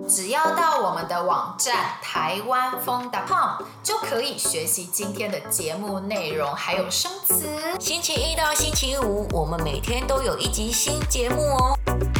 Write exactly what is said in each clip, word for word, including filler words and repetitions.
只要到我们的网站台湾风 .com 就可以学习今天的节目内容，还有生词。 星期一到星期五，我们每天都有一集新节目哦。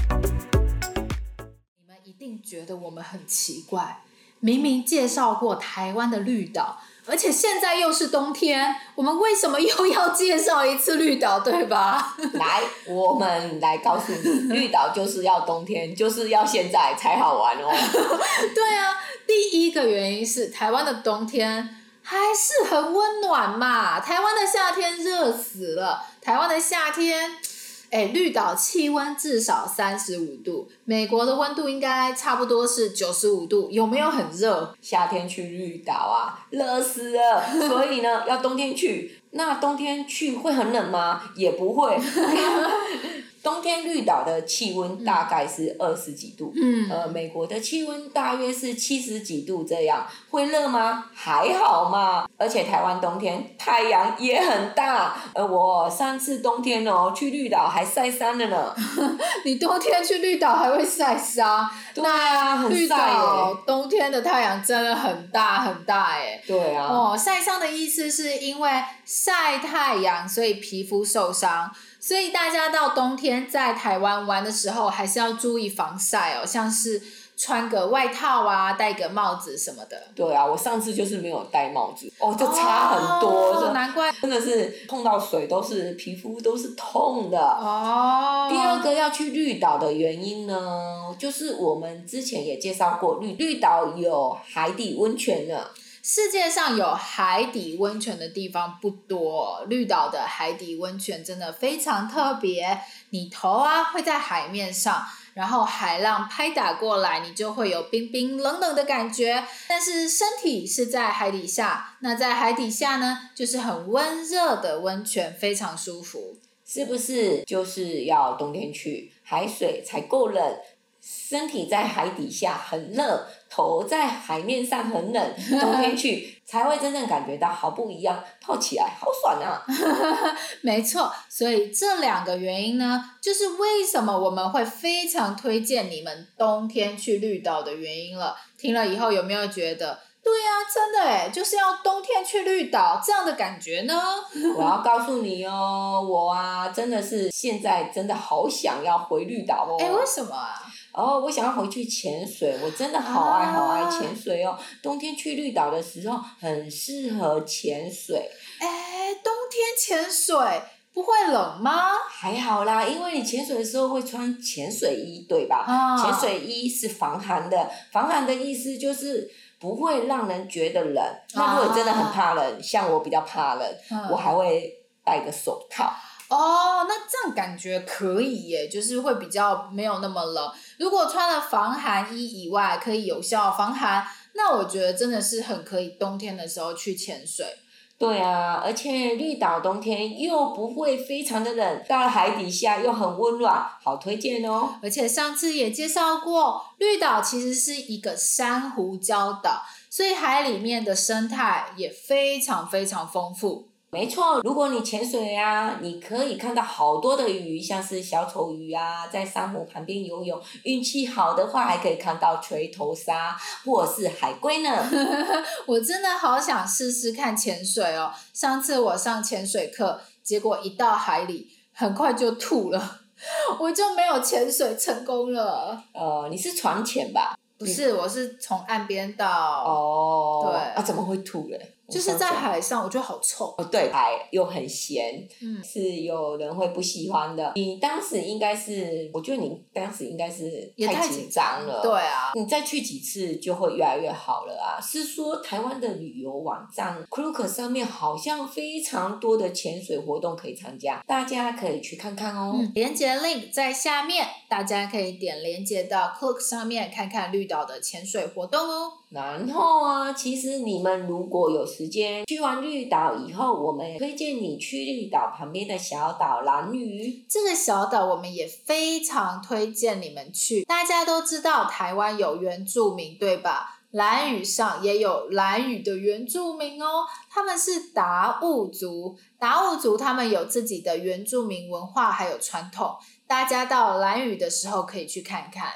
你们一定觉得我们很奇怪，明明介绍过台湾的绿岛，而且现在又是冬天，我们为什么又要介绍一次绿岛，对吧？ 来，我们来告诉你，绿岛就是要冬天，就是要现在才好玩哦。 对啊，第一个原因是台湾的冬天还是很温暖嘛，台湾的夏天热死了，台湾的夏天哎，绿岛气温至少三十五度，美国的温度应该差不多是九十五度，有没有很热？ 夏天去绿岛啊，热死了，所以呢，要冬天去。那冬天去会很冷吗？也不会。冬天绿岛的气温大概是二十几度，嗯，呃，美国的气温大约是七十几度，这样会热吗？还好嘛。而且台湾冬天太阳也很大，呃，我上次冬天哦去绿岛还晒伤了呢。 你冬天去绿岛还会晒伤？ 对啊，很晒耶。绿岛冬天的太阳真的很大很大哎。 对啊。 哦，晒伤的意思是因为晒太阳，所以皮肤受伤。所以大家到冬天在台湾玩的时候，还是要注意防晒哦，像是穿个外套啊，戴个帽子什么的。 对啊，我上次就是没有戴帽子，哦，就差很多， 哦，难怪真的是碰到水都是皮肤都是痛的。 哦。 第二个要去绿岛的原因呢，就是我们之前也介绍过，绿绿岛有海底温泉呢。 世界上有海底温泉的地方不多，绿岛的海底温泉真的非常特别。你头啊会在海面上，然后海浪拍打过来，你就会有冰冰冷冷的感觉。但是身体是在海底下，那在海底下呢，就是很温热的温泉，非常舒服。 是不是就是要冬天去，海水才够冷？身体在海底下很热，头在海面上很冷，冬天去才会真正感觉到好不一样，泡起来好爽啊。 没错，所以这两个原因呢，就是为什么我们会非常推荐你们冬天去绿岛的原因了。听了以后有没有觉得对啊，真的耶，就是要冬天去绿岛这样的感觉呢？ 我要告诉你哦，我啊真的是现在真的好想要回绿岛哦。 哎，为什么啊？ 哦，我想要回去潜水，我真的好爱好爱潜水哦。啊、冬天去绿岛的时候很适合潜水。 哎，冬天潜水不会冷吗？ 还好啦，因为你潜水的时候会穿潜水衣，对吧？啊、潜水衣是防寒的，防寒的意思就是不会让人觉得冷。啊、那如果你真的很怕冷，像我比较怕冷，啊、我还会戴个手套。 哦，那这样感觉可以耶，就是会比较没有那么冷。如果穿了防寒衣以外可以有效防寒，那我觉得真的是很可以冬天的时候去潜水。 对啊，而且绿岛冬天又不会非常的冷，到了海底下又很温暖，好推荐哦。 而且上次也介绍过，绿岛其实是一个珊瑚礁岛，所以海里面的生态也非常非常丰富。 没错，如果你潜水啊，你可以看到好多的鱼，像是小丑鱼啊，在珊瑚旁边游泳。运气好的话，还可以看到锤头鲨或者是海龟呢。 我真的好想试试看潜水哦。上次我上潜水课，结果一到海里，很快就吐了，我就没有潜水成功了。 呃，你是船潜吧？ 不是，我是从岸边到。 哦。 对。 啊，怎么会吐嘞？ 就是在海上，我觉得好臭。 哦，对，海又很咸，嗯，是有人会不喜欢的。你当时应该是，我觉得你当时应该是太紧张了。 对啊。 你再去几次就会越来越好了啊。是说台湾的旅游网站 Klook 上面好像非常多的潜水活动可以参加，大家可以去看看哦。 嗯，连结 link 在下面，大家可以点连结到 Klook 上面看看绿岛的潜水活动哦。 然后啊，其实你们如果有时间去完绿岛以后，我们也推荐你去绿岛旁边的小岛兰屿。 这个小岛我们也非常推荐你们去。大家都知道台湾有原住民，对吧？兰屿上也有兰屿的原住民哦，他们是达悟族。达悟族他们有自己的原住民文化还有传统，大家到兰屿的时候可以去看看。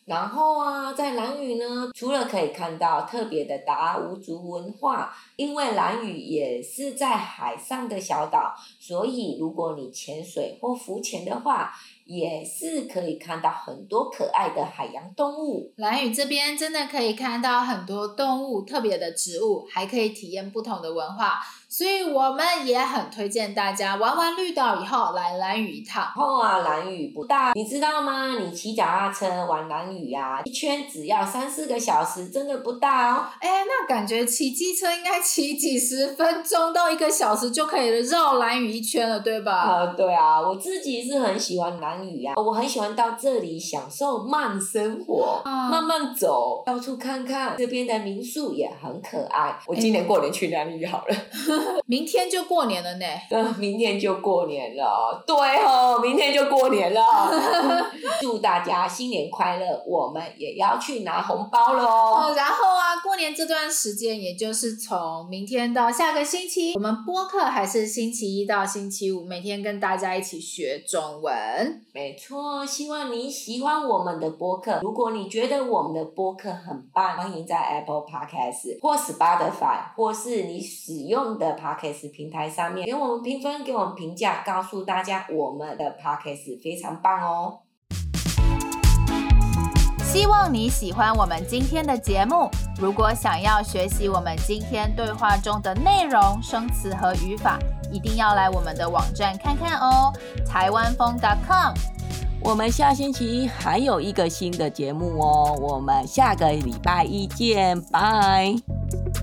然后啊，在兰屿呢，除了可以看到特别的达悟族文化，因为兰屿也是在海上的小岛，所以如果你潜水或浮潜的话，也是可以看到很多可爱的海洋动物。 兰屿这边真的可以看到很多动物、特别的植物，还可以体验不同的文化，所以我们也很推荐大家玩完绿岛以后来兰屿一趟。 然后啊，兰屿不大，你知道吗？你骑脚踏车玩兰屿啊，一圈只要三四个小时，真的不大哦。 哎，那感觉骑机车应该骑几十分钟到一个小时就可以绕兰屿一圈了，对吧？ 呃，对啊，我自己是很喜欢兰屿啊，我很喜欢到这里享受慢生活， 嗯、 慢慢走，到处看看，这边的民宿也很可爱。我今年过年去兰屿好了。 明天就过年了呢。 呃，明天就过年了，对哦，明天就过年了。祝大家新年快乐，我们也要去拿红包了哦。 哦，然后啊，过年这段时间，也就是从明天到下个星期，我们播客还是星期一到星期五，每天跟大家一起学中文。 没错，希望你喜欢我们的播客。如果你觉得我们的播客很棒，欢迎在 Apple Podcast 或 Spotify 或是你使用的 Podcast 平台上面给我们评分，给我们评价，告诉大家我们的 Podcast 非常棒哦。 希望你喜欢我们今天的节目。如果想要学习我们今天对话中的内容、生词和语法，一定要来我们的网站看看哦，台湾风 .com。 我们下星期还有一个新的节目哦，我们下个礼拜一见，拜。